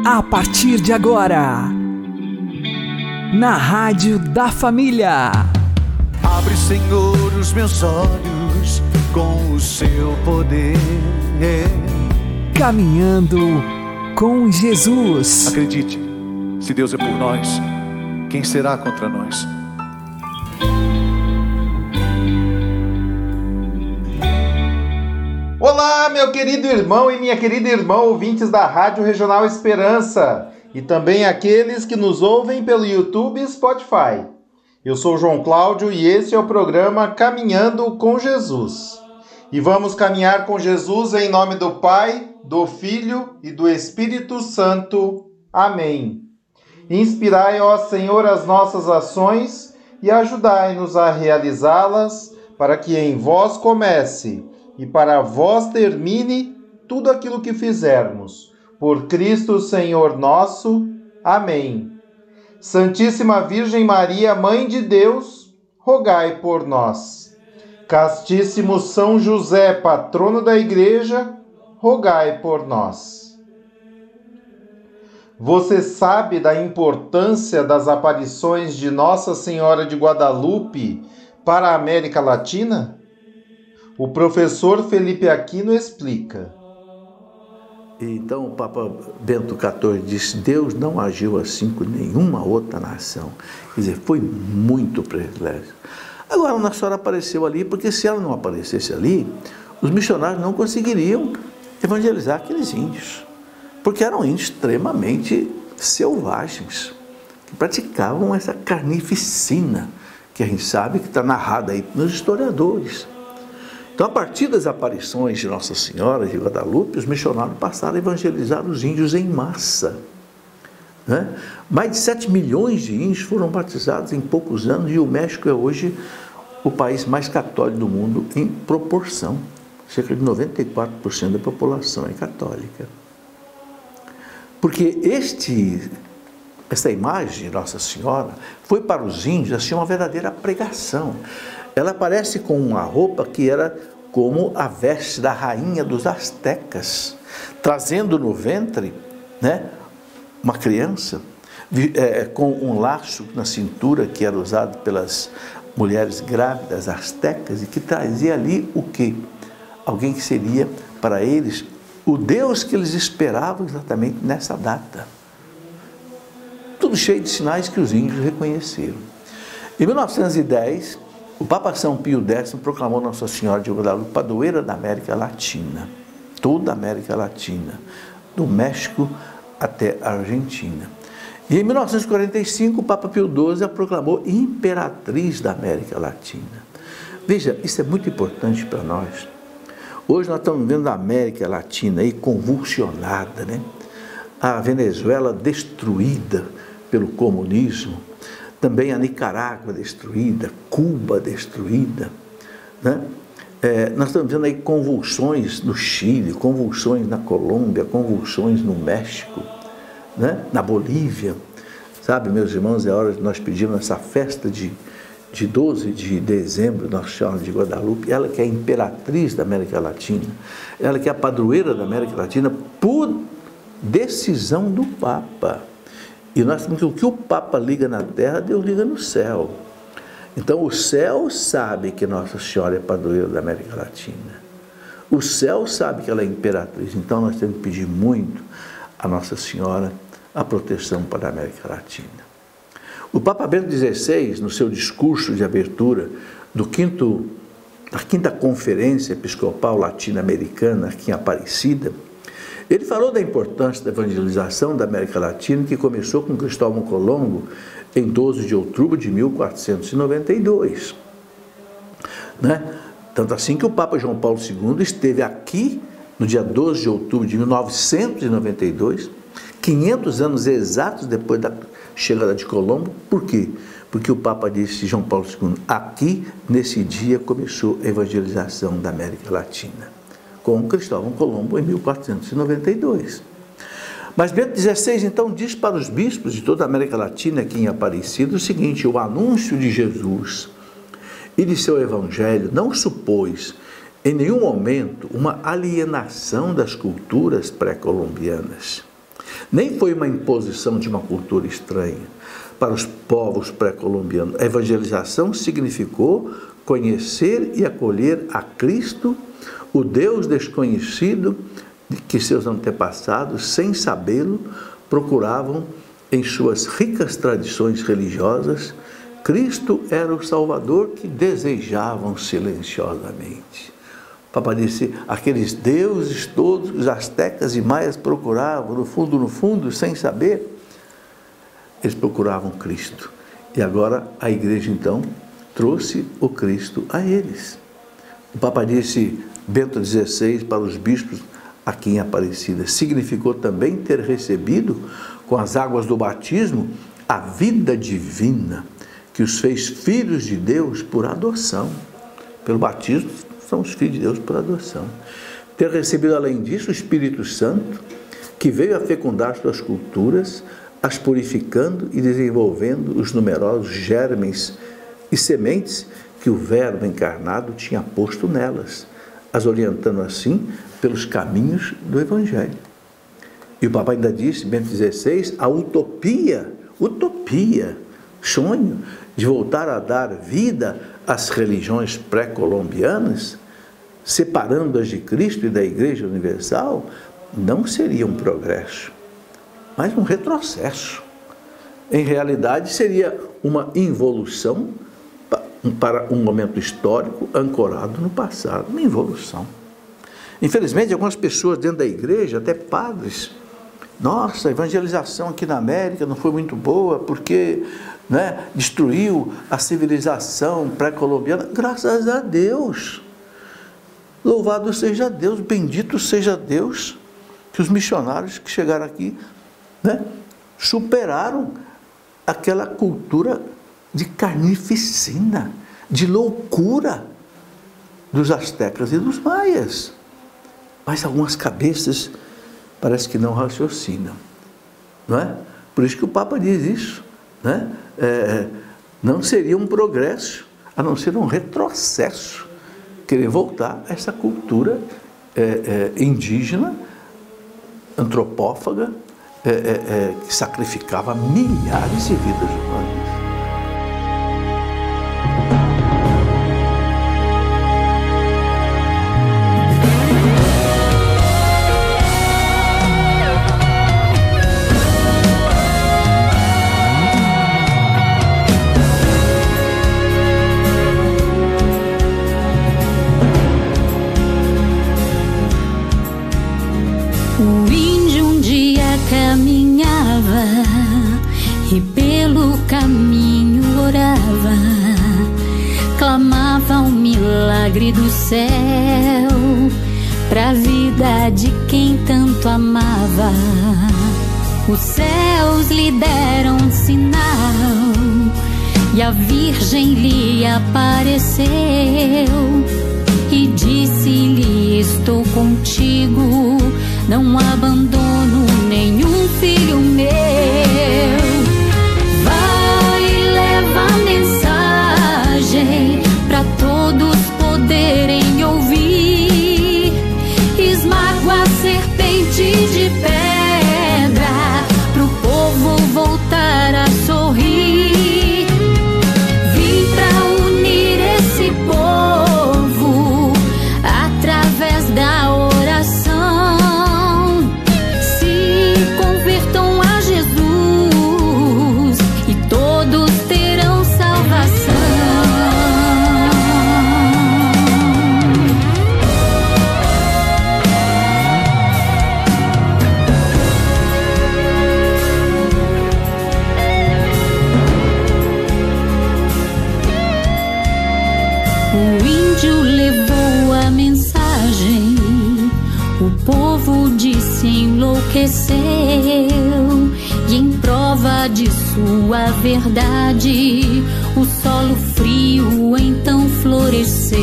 A partir de agora, na Rádio da Família. Abre, Senhor, os meus olhos com o seu poder. Caminhando com Jesus. Acredite, se Deus é por nós, quem será contra nós? Olá, meu querido irmão e minha querida irmã, ouvintes da Rádio Regional Esperança, e também aqueles que nos ouvem pelo YouTube e Spotify. Eu sou João Cláudio e este é o programa Caminhando com Jesus. E vamos caminhar com Jesus em nome do Pai, do Filho e do Espírito Santo. Amém. Inspirai, ó Senhor, as nossas ações e ajudai-nos a realizá-las, para que em vós comece e para vós termine tudo aquilo que fizermos. Por Cristo Senhor nosso. Amém. Santíssima Virgem Maria, Mãe de Deus, rogai por nós. Castíssimo São José, patrono da Igreja, rogai por nós. Você sabe da importância das aparições de Nossa Senhora de Guadalupe para a América Latina? O professor Felipe Aquino explica. Então o Papa Bento XIV disse: Deus não agiu assim com nenhuma outra nação. Quer dizer, foi muito privilégio. Agora, Nossa Senhora apareceu ali, porque se ela não aparecesse ali, os missionários não conseguiriam evangelizar aqueles índios, porque eram índios extremamente selvagens, que praticavam essa carnificina, que a gente sabe que está narrada aí nos historiadores. Então, a partir das aparições de Nossa Senhora de Guadalupe, os missionários passaram a evangelizar os índios em massa. Né? Mais de 7 milhões de índios foram batizados em poucos anos, e o México é hoje o país mais católico do mundo em proporção. Cerca de 94% da população é católica. Porque essa imagem de Nossa Senhora foi para os índios assim, uma verdadeira pregação. Ela aparece com uma roupa que era como a veste da rainha dos astecas, trazendo no ventre, né, uma criança, com um laço na cintura que era usado pelas mulheres grávidas astecas e que trazia ali o quê? Alguém que seria para eles o Deus que eles esperavam exatamente nessa data. Tudo cheio de sinais que os índios reconheceram. Em 1910, o Papa São Pio X proclamou Nossa Senhora de Guadalupe padroeira da América Latina, toda a América Latina, do México até a Argentina. E em 1945, o Papa Pio XII a proclamou imperatriz da América Latina. Veja, isso é muito importante para nós. Hoje nós estamos vendo a América Latina aí convulsionada, né? A Venezuela destruída pelo comunismo, também a Nicarágua destruída, Cuba destruída, né? Nós estamos vendo aí convulsões no Chile, convulsões na Colômbia, convulsões no México, né? Na Bolívia. Sabe, meus irmãos, é hora de nós pedirmos essa festa de 12 de dezembro, Nossa Senhora de Guadalupe, ela que é a imperatriz da América Latina, ela que é a padroeira da América Latina, por decisão do Papa. E nós temos que o que o Papa liga na terra, Deus liga no céu. Então o céu sabe que Nossa Senhora é padroeira da América Latina. O céu sabe que ela é imperatriz. Então nós temos que pedir muito a Nossa Senhora a proteção para a América Latina. O Papa Bento XVI, no seu discurso de abertura da quinta Conferência Episcopal Latino-Americana aqui em Aparecida, ele falou da importância da evangelização da América Latina, que começou com Cristóvão Colombo em 12 de outubro de 1492. Né? Tanto assim que o Papa João Paulo II esteve aqui no dia 12 de outubro de 1992, 500 anos exatos depois da chegada de Colombo. Por quê? Porque o Papa disse, João Paulo II, aqui nesse dia começou a evangelização da América Latina, com Cristóvão Colombo em 1492. Mas Bento XVI então diz para os bispos de toda a América Latina aqui em Aparecida o seguinte: o anúncio de Jesus e de seu evangelho não supôs em nenhum momento uma alienação das culturas pré-colombianas. nem foi uma imposição de uma cultura estranha para os povos pré-colombianos. A evangelização significou conhecer e acolher a Cristo, o Deus desconhecido que seus antepassados, sem sabê-lo, procuravam em suas ricas tradições religiosas. Cristo era o Salvador que desejavam silenciosamente. O Papa disse, aqueles deuses todos, os astecas e maias procuravam, no fundo, sem saber, eles procuravam Cristo. E agora a igreja, então, trouxe o Cristo a eles. O Papa disse, Bento XVI, para os bispos aqui em Aparecida, significou também ter recebido, com as águas do batismo, a vida divina, que os fez filhos de Deus por adoção. Pelo batismo, são os filhos de Deus por adoção. Ter recebido, além disso, o Espírito Santo, que veio a fecundar suas culturas, as purificando e desenvolvendo os numerosos germes e sementes que o Verbo encarnado tinha posto nelas, as orientando assim pelos caminhos do Evangelho. E o Papa ainda disse, Bento XVI, a utopia, sonho de voltar a dar vida às religiões pré-colombianas, separando-as de Cristo e da Igreja Universal, não seria um progresso, mas um retrocesso. Em realidade, seria uma involução para um momento histórico ancorado no passado, uma involução. Infelizmente, algumas pessoas dentro da igreja, até padres, nossa, a evangelização aqui na América não foi muito boa porque, né, destruiu a civilização pré-colombiana. Graças a Deus, louvado seja Deus, bendito seja Deus, que os missionários que chegaram aqui, né, superaram aquela cultura de carnificina, de loucura dos astecas e dos maias. Mas algumas cabeças parece que não raciocinam, não é? Por isso que o Papa diz isso, né? Não seria um progresso, a não ser um retrocesso, querer voltar a essa cultura indígena, antropófaga, que sacrificava milhares de vidas humanas. O índio um dia caminhava e pelo caminho orava, clamava um milagre do céu pra vida de quem tanto amava. Os céus lhe deram um sinal e a Virgem lhe apareceu e disse-lhe: estou contigo, não abandono nenhum filho meu. Vai e leva a mensagem pra todos poderem ouvir. Esmaga a serpente de pedra pro povo voltar a sorrir. Vim pra unir esse povo através da oração. O índio levou a mensagem, o povo disse enlouqueceu, e em prova de sua verdade, o solo frio então floresceu.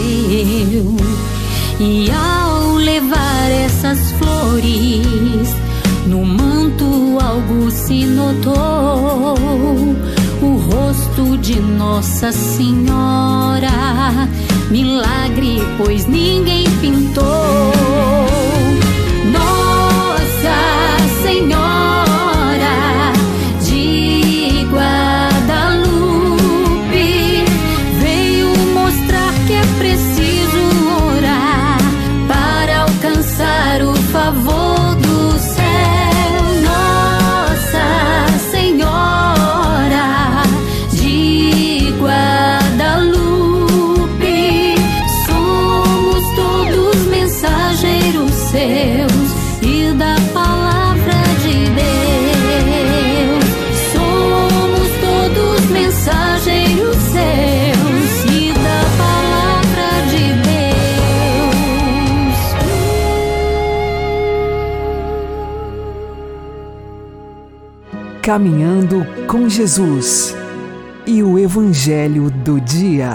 E ao levar essas flores, no manto algo se notou, o rosto de Nossa Senhora, milagre, pois ninguém pintou. Nossa Senhora Caminhando com Jesus e o Evangelho do Dia.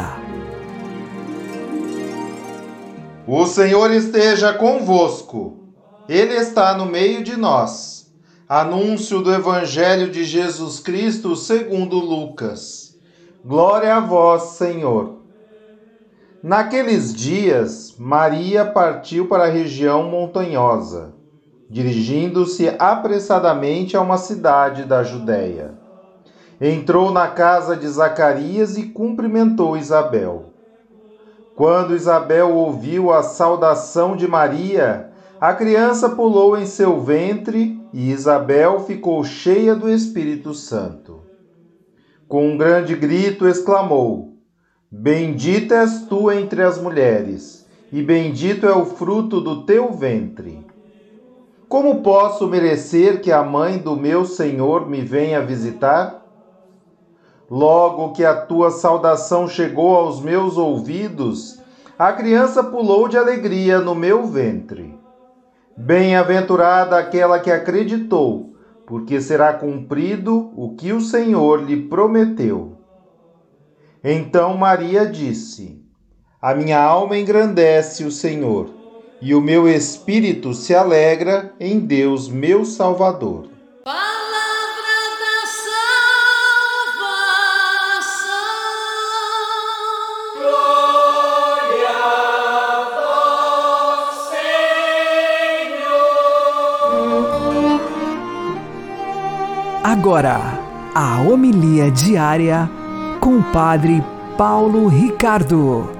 O Senhor esteja convosco, Ele está no meio de nós. Anúncio do Evangelho de Jesus Cristo segundo Lucas. Glória a vós, Senhor. Naqueles dias, Maria partiu para a região montanhosa, dirigindo-se apressadamente a uma cidade da Judéia. Entrou na casa de Zacarias e cumprimentou Isabel. Quando Isabel ouviu a saudação de Maria, a criança pulou em seu ventre e Isabel ficou cheia do Espírito Santo. Com um grande grito exclamou: Bendita és tu entre as mulheres, e bendito é o fruto do teu ventre. Como posso merecer que a mãe do meu Senhor me venha visitar? Logo que a tua saudação chegou aos meus ouvidos, a criança pulou de alegria no meu ventre. Bem-aventurada aquela que acreditou, porque será cumprido o que o Senhor lhe prometeu. Então Maria disse: A minha alma engrandece o Senhor, e o meu espírito se alegra em Deus, meu Salvador. Palavra da salvação. Glória a vós, Senhor. Agora, a homilia diária com o Padre Paulo Ricardo.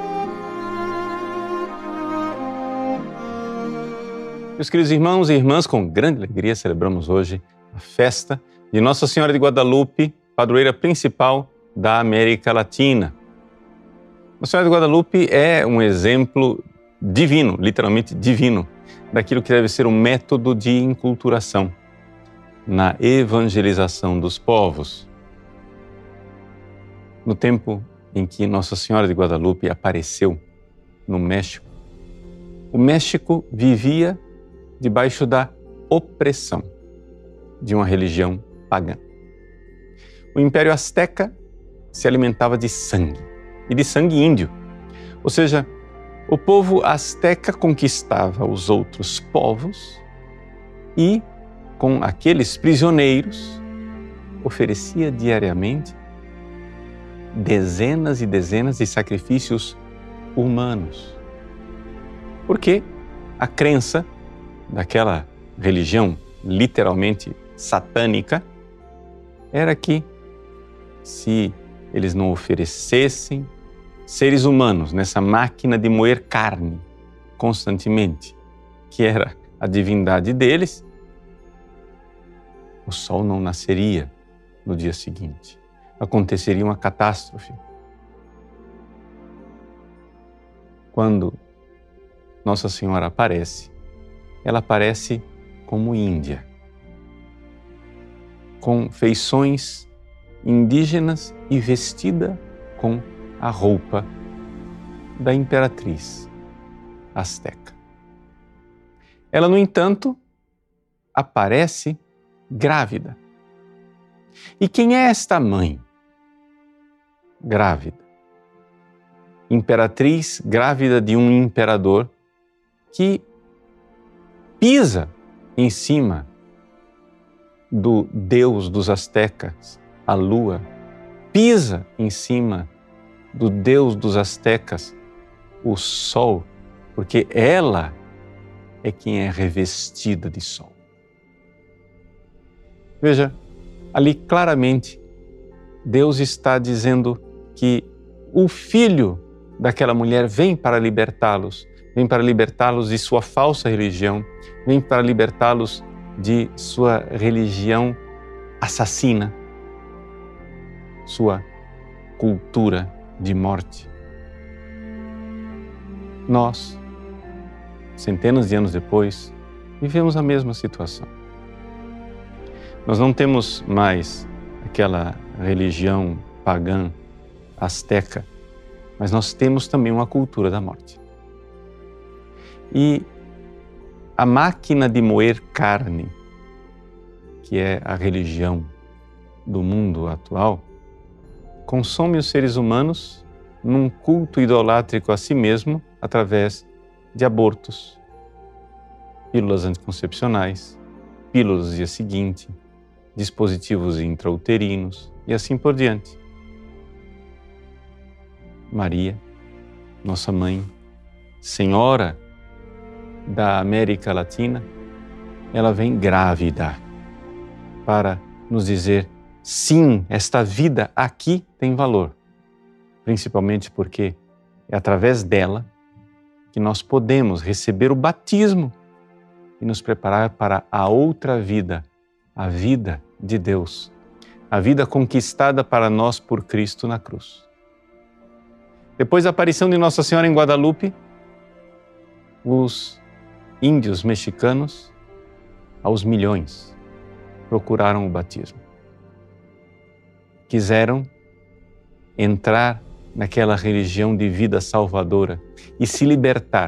Meus queridos irmãos e irmãs, com grande alegria celebramos hoje a festa de Nossa Senhora de Guadalupe, padroeira principal da América Latina. Nossa Senhora de Guadalupe é um exemplo divino, literalmente divino, daquilo que deve ser um método de inculturação na evangelização dos povos. No tempo em que Nossa Senhora de Guadalupe apareceu no México, o México vivia debaixo da opressão de uma religião pagã. O Império Azteca se alimentava de sangue, e de sangue índio. Ou seja, o povo azteca conquistava os outros povos e, com aqueles prisioneiros, oferecia diariamente dezenas e dezenas de sacrifícios humanos. Porque a crença daquela religião literalmente satânica era que, se eles não oferecessem seres humanos nessa máquina de moer carne constantemente, que era a divindade deles, o sol não nasceria no dia seguinte. Aconteceria uma catástrofe. Quando Nossa Senhora aparece, ela aparece como índia, com feições indígenas e vestida com a roupa da imperatriz azteca. Ela, no entanto, aparece grávida. E quem é esta mãe grávida? Imperatriz grávida de um imperador que pisa em cima do deus dos aztecas, a lua, pisa em cima do deus dos aztecas, o sol, porque ela é quem é revestida de sol. Veja, ali claramente Deus está dizendo que o filho daquela mulher vem para libertá-los de sua falsa religião, vem para libertá-los de sua religião assassina, sua cultura de morte. Nós, centenas de anos depois, vivemos a mesma situação. Nós não temos mais aquela religião pagã, azteca, mas nós temos também uma cultura da morte. E a máquina de moer carne que é a religião do mundo atual, consome os seres humanos num culto idolátrico a si mesmo através de abortos, pílulas anticoncepcionais, pílulas do dia seguinte, dispositivos intrauterinos e assim por diante. Maria, nossa mãe, Senhora da América Latina, ela vem grávida para nos dizer: sim, esta vida aqui tem valor, principalmente porque é através dela que nós podemos receber o batismo e nos preparar para a outra vida, a vida de Deus, a vida conquistada para nós por Cristo na cruz. Depois da aparição de Nossa Senhora em Guadalupe, os índios mexicanos, aos milhões, procuraram o batismo. Quiseram entrar naquela religião de vida salvadora e se libertar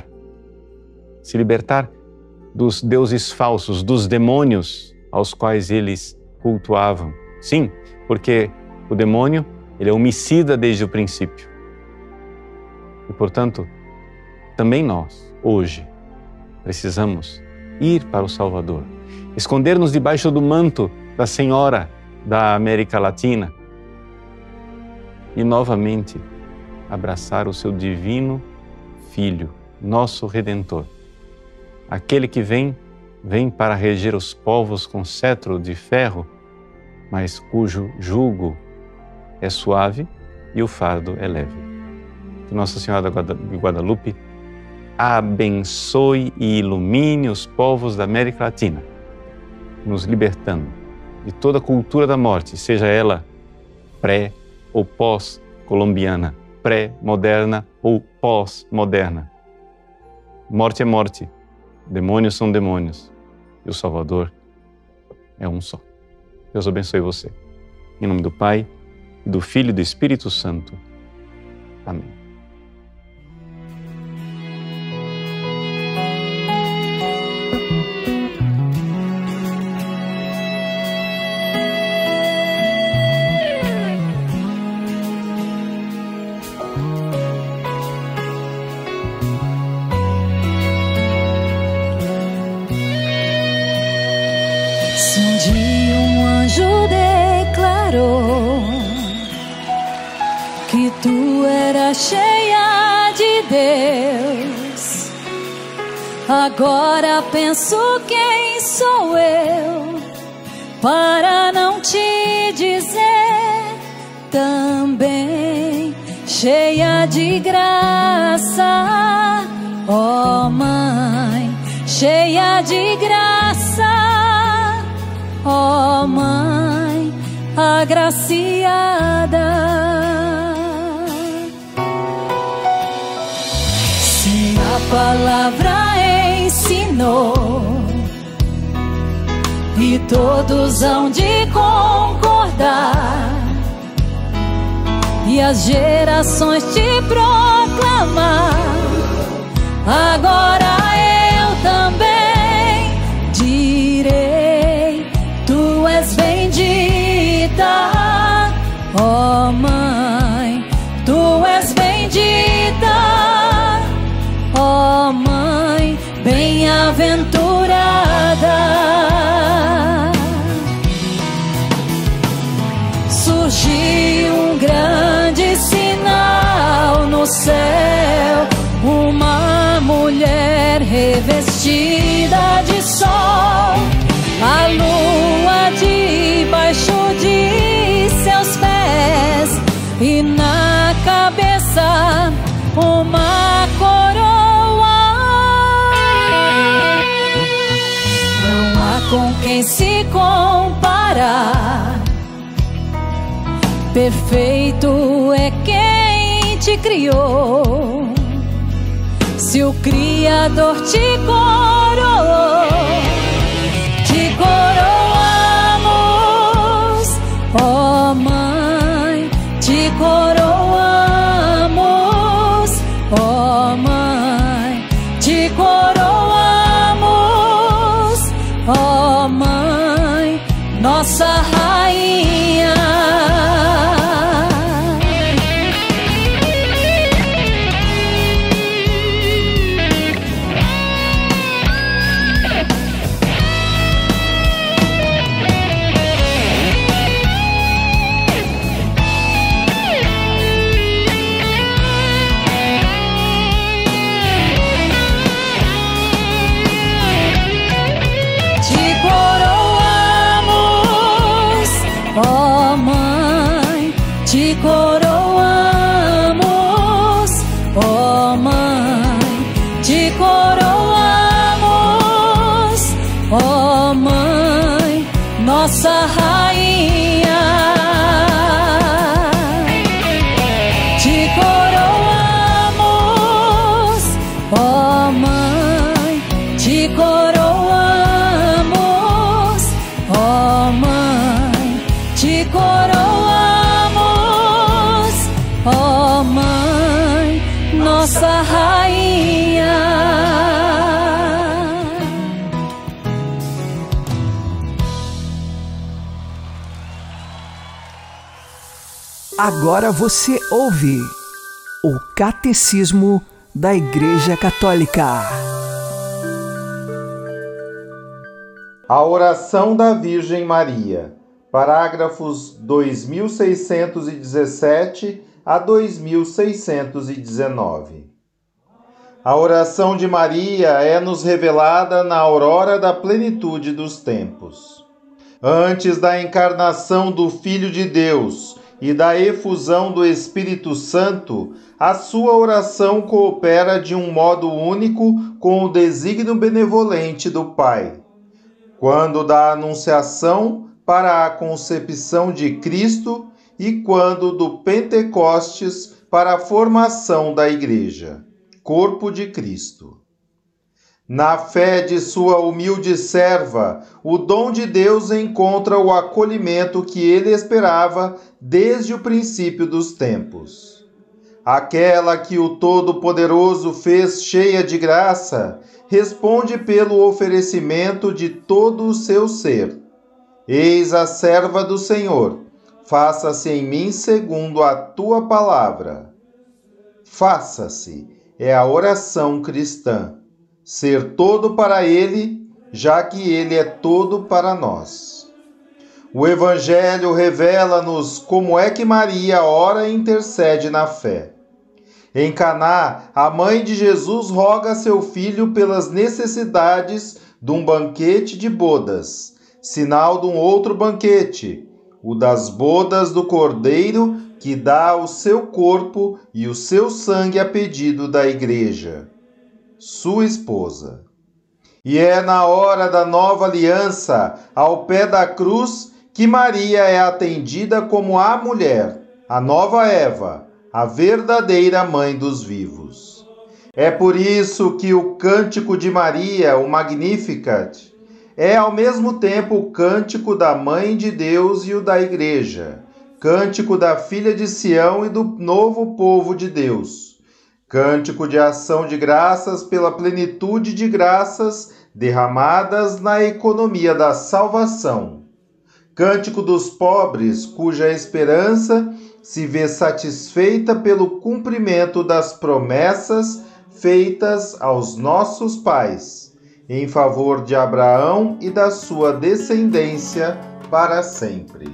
dos deuses falsos, dos demônios aos quais eles cultuavam. Sim, porque o demônio, ele é homicida desde o princípio. E, portanto, também nós, hoje, precisamos ir para o Salvador, esconder-nos debaixo do manto da Senhora da América Latina e, novamente, abraçar o seu divino Filho, nosso Redentor. Aquele que vem para reger os povos com cetro de ferro, mas cujo jugo é suave e o fardo é leve. Que Nossa Senhora de Guadalupe abençoe e ilumine os povos da América Latina, nos libertando de toda a cultura da morte, seja ela pré ou pós-colombiana, pré-moderna ou pós-moderna. Morte é morte, demônios são demônios e o Salvador é um só. Deus abençoe você. Em nome do Pai, e do Filho e do Espírito Santo. Amém. Se um dia um anjo declarou que tu eras cheia de Deus, agora penso: quem sou eu para não te dizer também cheia de graça, ó Mãe, cheia de graça, ó Mãe agraciada. Se a palavra ensinou e todos hão de concordar, e as gerações te proclamar, agora eu também direi: tu és bendita, ó Mãe, tu és bendita, ó Mãe bem-aventurada. Surgiu um grande sinal no céu, uma mulher revestida de sol, a lua debaixo de seus pés, e na cabeça uma coroa. Não há com quem se comparar, perfeito é quem te criou. Se o Criador te coroou, te coroamos, ó Mãe, te coroamos, ó Mãe, te coroamos, ó Mãe nossa rainha. Ó Mãe, te coroamos, ó Mãe, te coroamos, ó Mãe, nossa rainha. Te coroamos, ó Mãe, te coroamos, ó Mãe, te coroamos, ó Mãe, nossa rainha. Agora você ouve o Catecismo da Igreja Católica. A oração da Virgem Maria. Parágrafos 2617 a 2619. A oração de Maria é-nos revelada na aurora da plenitude dos tempos. Antes da encarnação do Filho de Deus e da efusão do Espírito Santo, a sua oração coopera de um modo único com o desígnio benevolente do Pai. Quando da Anunciação para a concepção de Cristo e quando do Pentecostes para a formação da Igreja, corpo de Cristo. Na fé de sua humilde serva, o dom de Deus encontra o acolhimento que ele esperava desde o princípio dos tempos. Aquela que o Todo-Poderoso fez cheia de graça, responde pelo oferecimento de todo o seu ser. Eis a serva do Senhor, faça-se em mim segundo a tua palavra. Faça-se é a oração cristã, ser todo para ele, já que ele é todo para nós. O Evangelho revela-nos como é que Maria ora e intercede na fé. Em Caná, a mãe de Jesus roga a seu filho pelas necessidades de um banquete de bodas, sinal de um outro banquete, o das bodas do Cordeiro, que dá o seu corpo e o seu sangue a pedido da Igreja, sua esposa. E é na hora da nova aliança, ao pé da cruz, que Maria é atendida como a mulher, a nova Eva, a verdadeira mãe dos vivos. É por isso que o cântico de Maria, o Magnificat, é ao mesmo tempo o cântico da Mãe de Deus e o da Igreja, cântico da Filha de Sião e do novo povo de Deus, cântico de ação de graças pela plenitude de graças derramadas na economia da salvação, cântico dos pobres cuja esperança se vê satisfeita pelo cumprimento das promessas feitas aos nossos pais, em favor de Abraão e da sua descendência para sempre.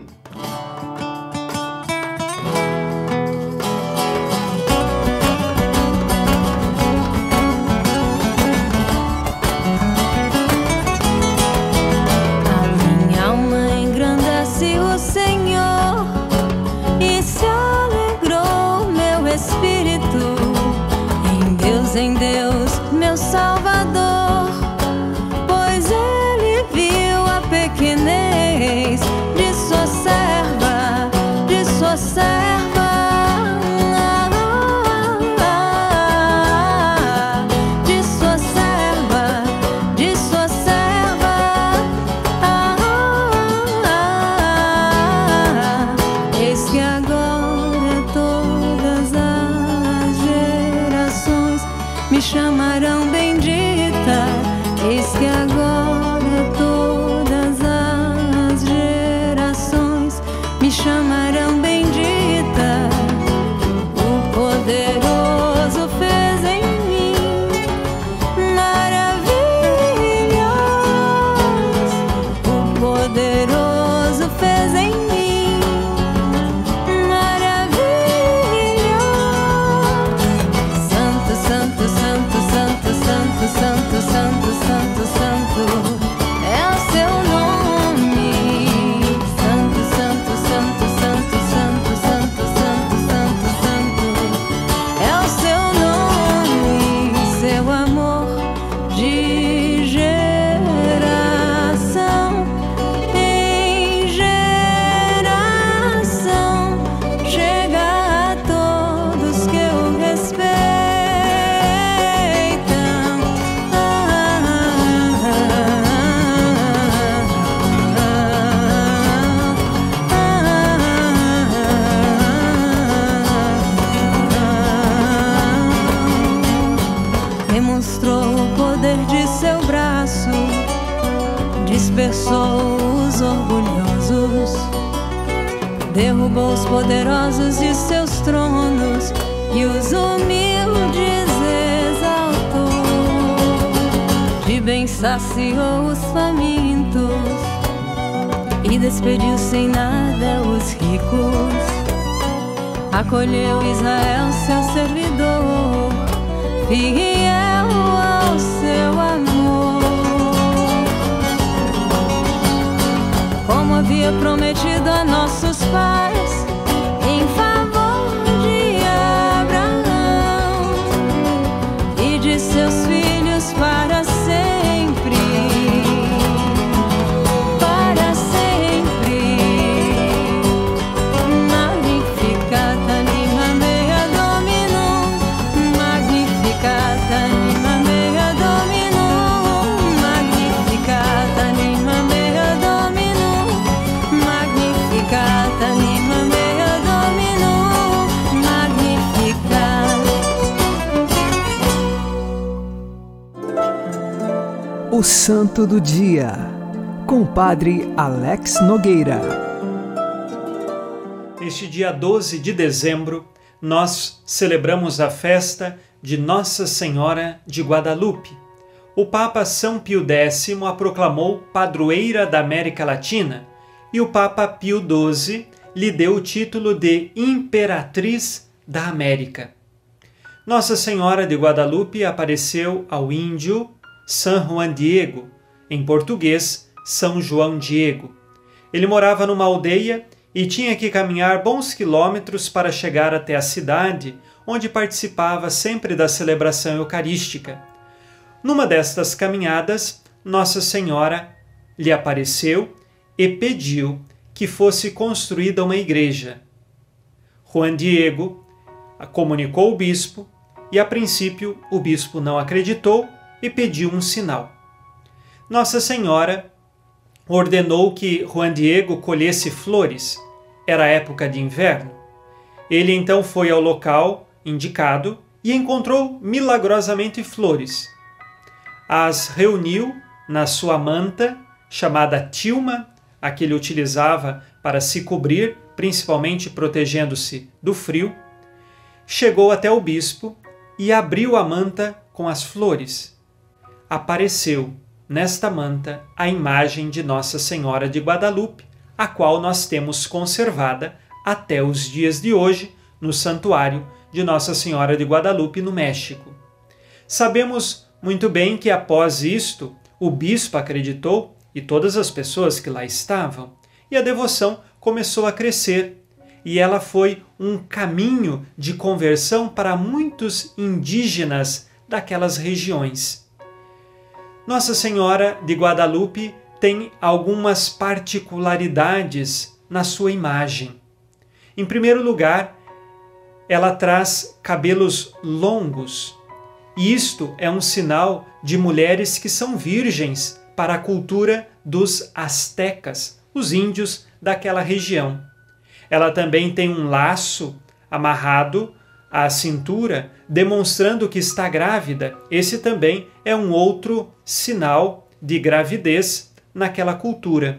A minha alma engrandece o Senhor e se alegrou meu espírito em Deus, meu Salvador, pois ele viu a pequenez de sua serva. dispersou os orgulhosos, derrubou os poderosos de seus tronos e os humildes exaltou. De bem saciou os famintos e despediu sem nada os ricos. Acolheu Israel, seu servidor, fiel ao seu amor. Como havia prometido a nossos pais, em favor de Abraão e de seus filhos para sempre, para sempre. Magnificat anima mea Dominum, Magnificat anima mea Dominum, Magnificat anima mea Dominum, Magnificat anima mea Dominum, Magnificat. O Santo do Dia, com o Padre Alex Nogueira. Neste dia 12 de dezembro, nós celebramos a festa de Nossa Senhora de Guadalupe. O Papa São Pio X a proclamou padroeira da América Latina e o Papa Pio XII lhe deu o título de Imperatriz da América. Nossa Senhora de Guadalupe apareceu ao índio San Juan Diego, em português, São João Diego. Ele morava numa aldeia e tinha que caminhar bons quilômetros para chegar até a cidade, onde participava sempre da celebração eucarística. Numa destas caminhadas, Nossa Senhora lhe apareceu e pediu que fosse construída uma igreja. Juan Diego comunicou ao bispo e, a princípio, o bispo não acreditou e pediu um sinal. Nossa Senhora ordenou que Juan Diego colhesse flores. Era época de inverno. Ele então foi ao local indicado e encontrou milagrosamente flores. As reuniu na sua manta, chamada tilma, a que ele utilizava para se cobrir, principalmente protegendo-se do frio. Chegou até o bispo e abriu a manta com as flores. Apareceu nesta manta a imagem de Nossa Senhora de Guadalupe, a qual nós temos conservada até os dias de hoje no Santuário de Nossa Senhora de Guadalupe, no México. Sabemos muito bem que após isto, o bispo acreditou e todas as pessoas que lá estavam, e a devoção começou a crescer, e ela foi um caminho de conversão para muitos indígenas daquelas regiões. Nossa Senhora de Guadalupe tem algumas particularidades na sua imagem. Em primeiro lugar, ela traz cabelos longos, e isto é um sinal de mulheres que são virgens para a cultura dos astecas, os índios daquela região. Ela também tem um laço amarrado à cintura, demonstrando que está grávida. Esse também é um outro sinal de gravidez naquela cultura.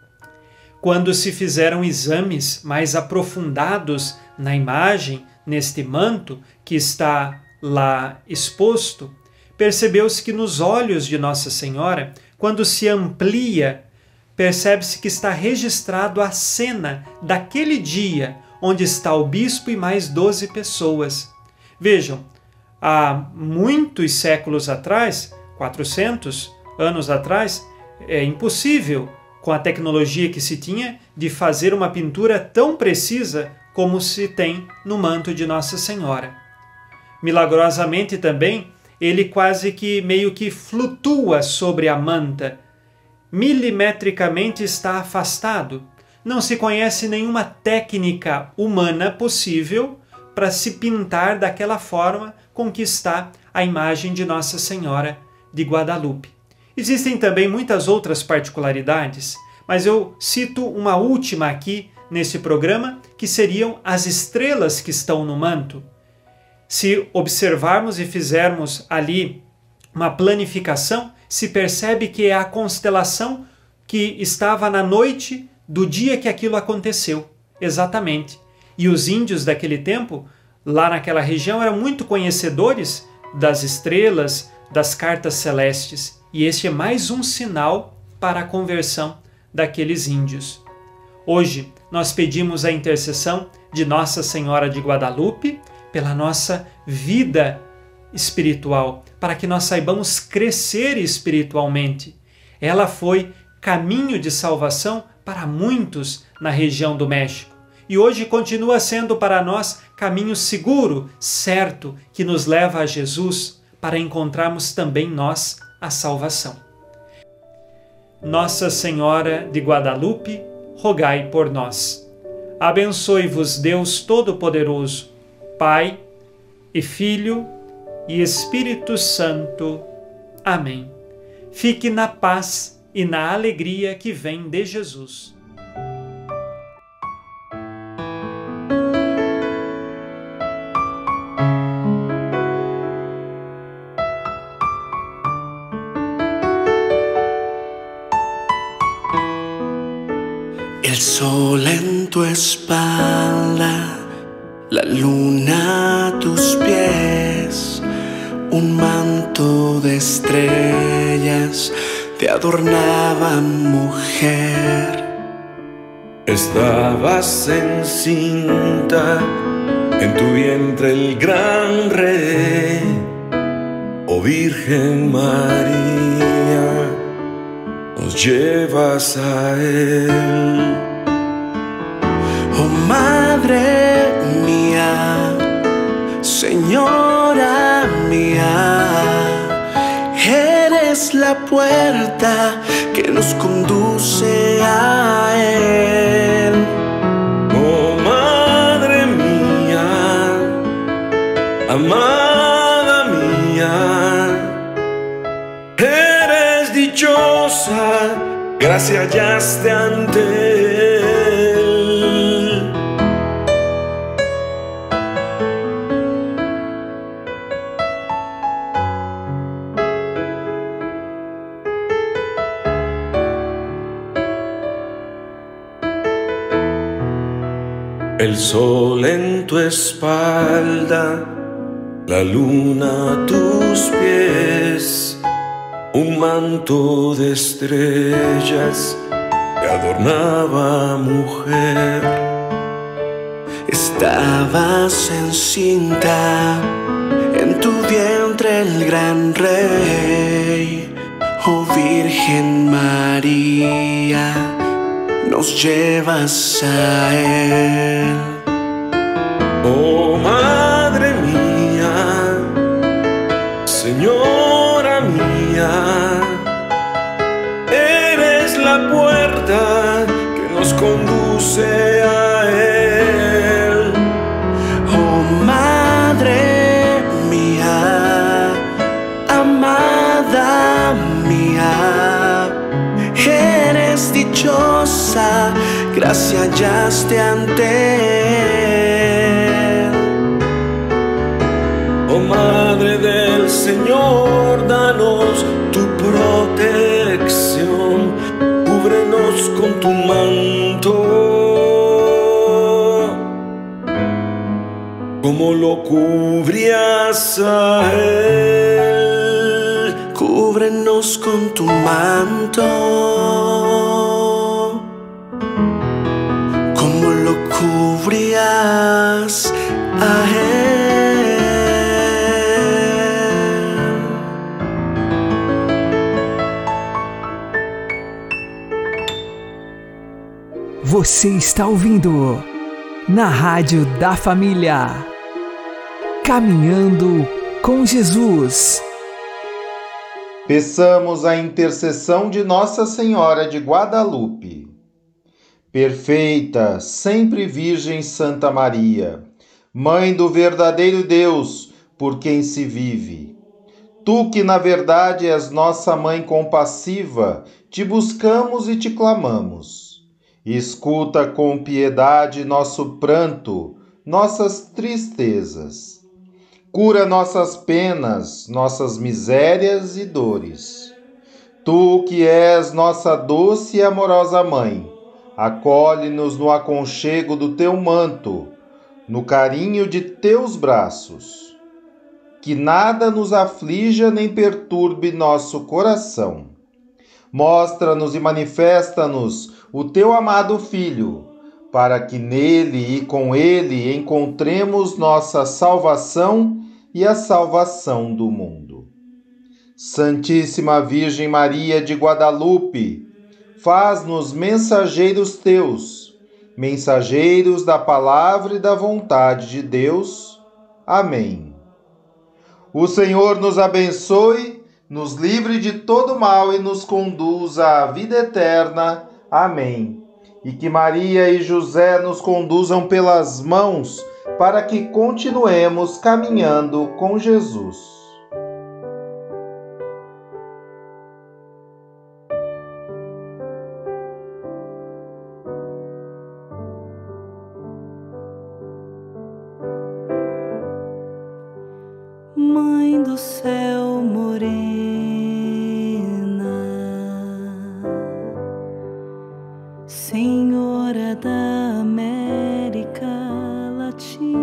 Quando se fizeram exames mais aprofundados na imagem, neste manto que está lá exposto, percebeu-se que nos olhos de Nossa Senhora, quando se amplia, percebe-se que está registrado a cena daquele dia, onde está o bispo e mais 12 pessoas. Vejam, há muitos séculos atrás, 400 anos atrás, é impossível, com a tecnologia que se tinha, de fazer uma pintura tão precisa como se tem no manto de Nossa Senhora. Milagrosamente também, ele quase que meio que flutua sobre a manta. Milimetricamente está afastado. Não se conhece nenhuma técnica humana possível para se pintar daquela forma com que está a imagem de Nossa Senhora de Guadalupe. Existem também muitas outras particularidades, mas eu cito uma última aqui nesse programa, que seriam as estrelas que estão no manto. Se observarmos e fizermos ali uma planificação, se percebe que é a constelação que estava na noite do dia que aquilo aconteceu, exatamente. E os índios daquele tempo, lá naquela região, eram muito conhecedores das estrelas, das cartas celestes. E este é mais um sinal para a conversão daqueles índios. Hoje, nós pedimos a intercessão de Nossa Senhora de Guadalupe pela nossa vida espiritual, para que nós saibamos crescer espiritualmente. Ela foi caminho de salvação para muitos na região do México. E hoje continua sendo para nós caminho seguro, certo, que nos leva a Jesus para encontrarmos também nós a salvação. Nossa Senhora de Guadalupe, rogai por nós. Abençoe-vos Deus Todo-Poderoso, Pai e Filho e Espírito Santo. Amém. Fique na paz e na alegria que vem de Jesus. El sol en tu espalda, la luna a tus pies, un manto de estrellas te adornaba, mujer. Estabas encinta, en tu vientre el gran rey, oh Virgen María, nos llevas a él. Oh Madre mía, Señora mía, eres la puerta que nos conduce a él. Oh Madre mía, amada mía, eres dichosa, gracia hallaste ante él. El sol en tu espalda, la luna a tus pies, un manto de estrellas te adornaba, mujer. Estabas encinta, en tu vientre el gran rey, oh Virgen María, nos llevas a él. Oh Madre mía, Señora mía, eres la puerta que nos conduce a él. Oh Madre mía, amada mía, eres dichosa, gracia hallaste ante él. Oh Madre del Señor, danos tu protección, cúbrenos con tu manto, como lo cubrías a él. Cúbrenos con tu manto, como lo cubrías a él. Você está ouvindo na Rádio da Família, Caminhando com Jesus. Peçamos a intercessão de Nossa Senhora de Guadalupe. Perfeita, sempre Virgem Santa Maria, Mãe do verdadeiro Deus, por quem se vive. Tu que na verdade és nossa Mãe compassiva, te buscamos e te clamamos. Escuta com piedade nosso pranto, nossas tristezas. Cura nossas penas, nossas misérias e dores. Tu que és nossa doce e amorosa Mãe, acolhe-nos no aconchego do Teu manto, no carinho de Teus braços. Que nada nos aflija nem perturbe nosso coração. Mostra-nos e manifesta-nos o Teu amado Filho, para que nele e com ele encontremos nossa salvação e a salvação do mundo. Santíssima Virgem Maria de Guadalupe, faz-nos mensageiros Teus, mensageiros da palavra e da vontade de Deus. Amém. O Senhor nos abençoe, nos livre de todo mal e nos conduza à vida eterna. Amém. E que Maria e José nos conduzam pelas mãos para que continuemos caminhando com Jesus. Mãe do céu morena, Senhora da América Latina,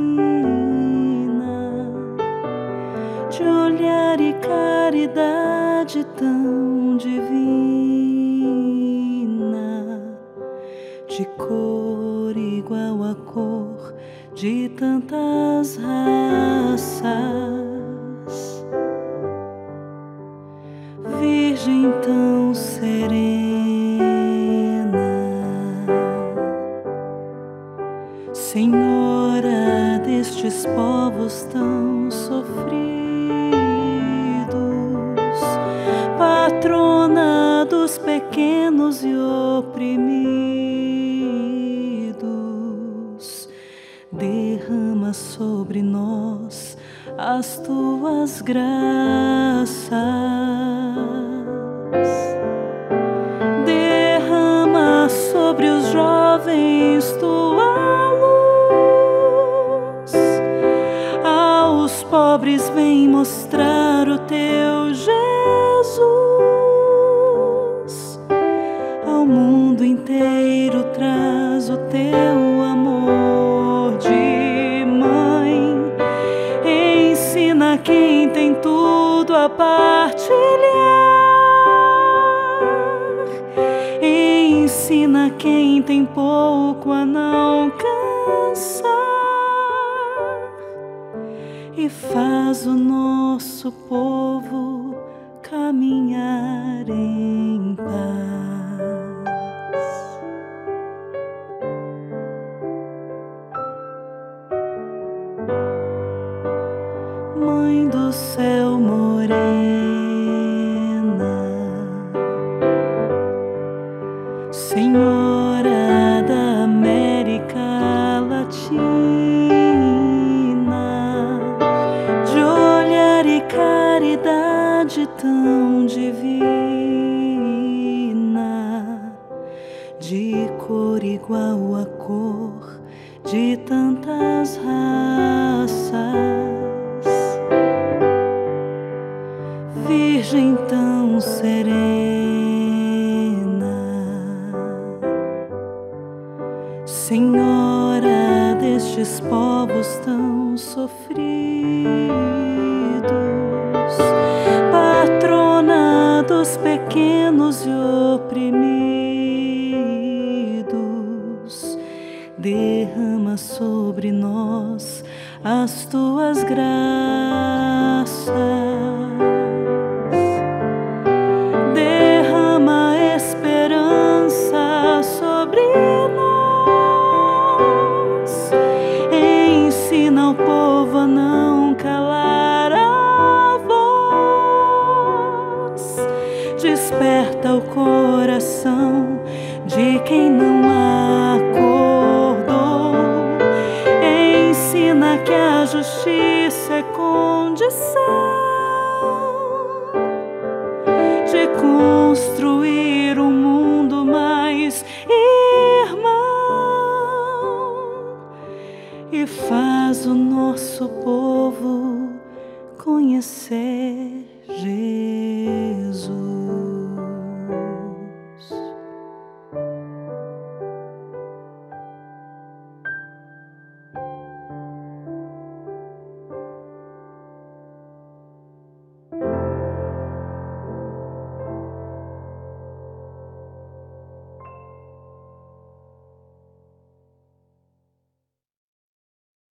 de olhar e caridade tão divina, de cor igual à cor de tantas raças, Virgem tão serena, Senhora destes povos tão sofridos, patrona dos pequenos e oprimidos, derrama sobre nós as tuas graças. Derrama sobre os jovens tua luz. Aos pobres vem mostrar o teu Jesus. Ao mundo inteiro traz o teu amor de mãe. Ensina quem tem tudo a partilhar. Ensina quem tem pouco a não cansar. E faz o nosso povo caminhar em paz. Mãe do céu morena, Senhora da América Latina, de olhar e caridade tão divina, de cor igual à cor de tantas raças, Virgem tão serena, Senhora destes povos tão sofridos, patrona dos pequenos e oprimidos, derrama sobre nós as tuas graças. Derrama esperança sobre nós. Ensina o povo a não calar a voz. Desperta o coração de quem não acordou. Ensina que a justiça é condição de construir um mundo mais irmão. E faz o nosso povo conhecer